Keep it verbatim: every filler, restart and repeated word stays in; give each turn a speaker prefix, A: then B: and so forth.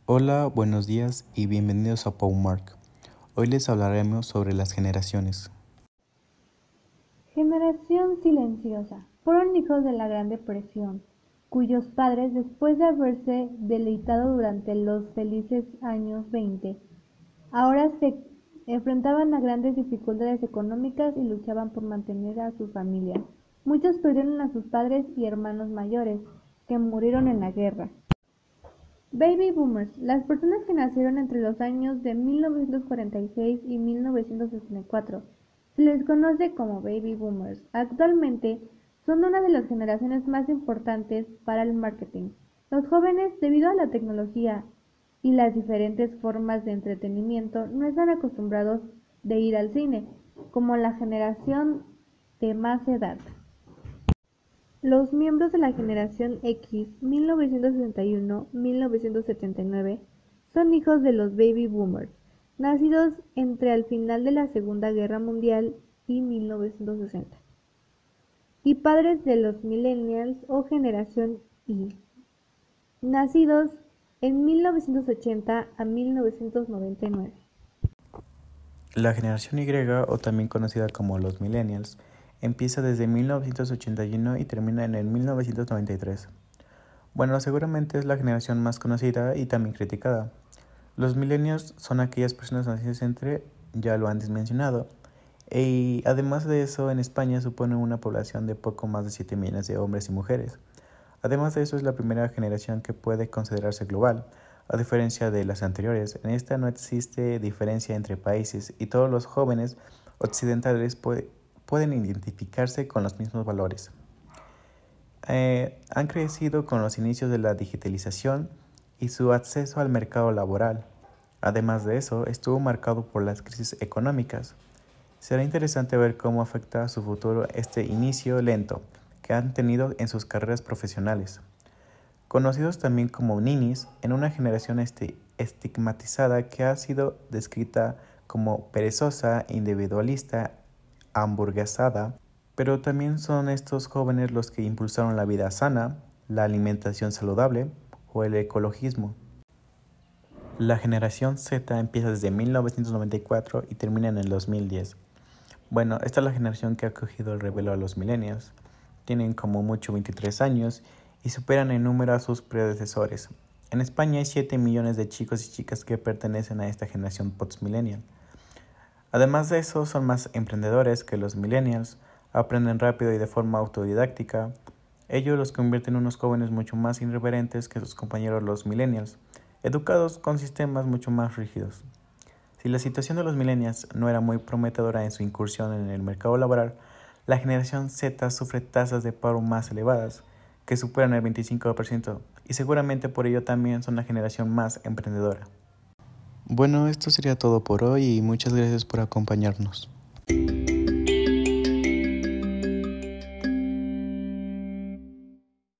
A: Hola, buenos días y bienvenidos a PowMark. Hoy les hablaremos sobre las generaciones.
B: Generación silenciosa. Fueron hijos de la Gran Depresión, cuyos padres, después de haberse deleitado durante los felices años veinte, ahora se enfrentaban a grandes dificultades económicas y luchaban por mantener a sus familias. Muchos perdieron a sus padres y hermanos mayores, que murieron en la guerra. Baby Boomers. Las personas que nacieron entre los años de mil novecientos cuarenta y seis y mil novecientos sesenta y cuatro. Se les conoce como Baby Boomers. Actualmente son una de las generaciones más importantes para el marketing. Los jóvenes, debido a la tecnología y las diferentes formas de entretenimiento, no están acostumbrados de ir al cine, como la generación de más edad. Los miembros de la generación X mil novecientos sesenta y uno a mil novecientos setenta y nueve son hijos de los Baby Boomers, nacidos entre el final de la Segunda Guerra Mundial y mil novecientos sesenta, y padres de los Millennials o generación Y, nacidos en mil novecientos ochenta a mil novecientos noventa y nueve.
A: La generación Y, o también conocida como los Millennials, empieza desde mil novecientos ochenta y uno y termina en el mil novecientos noventa y tres. Bueno, seguramente es la generación más conocida y también criticada. Los Millennials son aquellas personas nacidas entre, ya lo antes mencionado, y además de eso en España supone una población de poco más de siete millones de hombres y mujeres. Además de eso es la primera generación que puede considerarse global, a diferencia de las anteriores. En esta no existe diferencia entre países y todos los jóvenes occidentales puede, pueden identificarse con los mismos valores. Eh, han crecido con los inicios de la digitalización y su acceso al mercado laboral. Además de eso, estuvo marcado por las crisis económicas. Será interesante ver cómo afecta a su futuro este inicio lento que han tenido en sus carreras profesionales. Conocidos también como ninis, en una generación este, estigmatizada que ha sido descrita como perezosa, individualista, hamburguesada, pero también son estos jóvenes los que impulsaron la vida sana, la alimentación saludable o el ecologismo. La generación Z empieza desde mil novecientos noventa y cuatro y termina en el dos mil diez. Bueno, esta es la generación que ha cogido el relevo a los millennials. Tienen como mucho veintitrés años y superan en número a sus predecesores. En España hay siete millones de chicos y chicas que pertenecen a esta generación post-millennial. Además de eso, son más emprendedores que los millennials, aprenden rápido y de forma autodidáctica. Ello los convierte en unos jóvenes mucho más irreverentes que sus compañeros los millennials, educados con sistemas mucho más rígidos. Si la situación de los millennials no era muy prometedora en su incursión en el mercado laboral, la generación Z sufre tasas de paro más elevadas, que superan el veinticinco por ciento, y seguramente por ello también son la generación más emprendedora. Bueno, esto sería todo por hoy y muchas gracias por acompañarnos.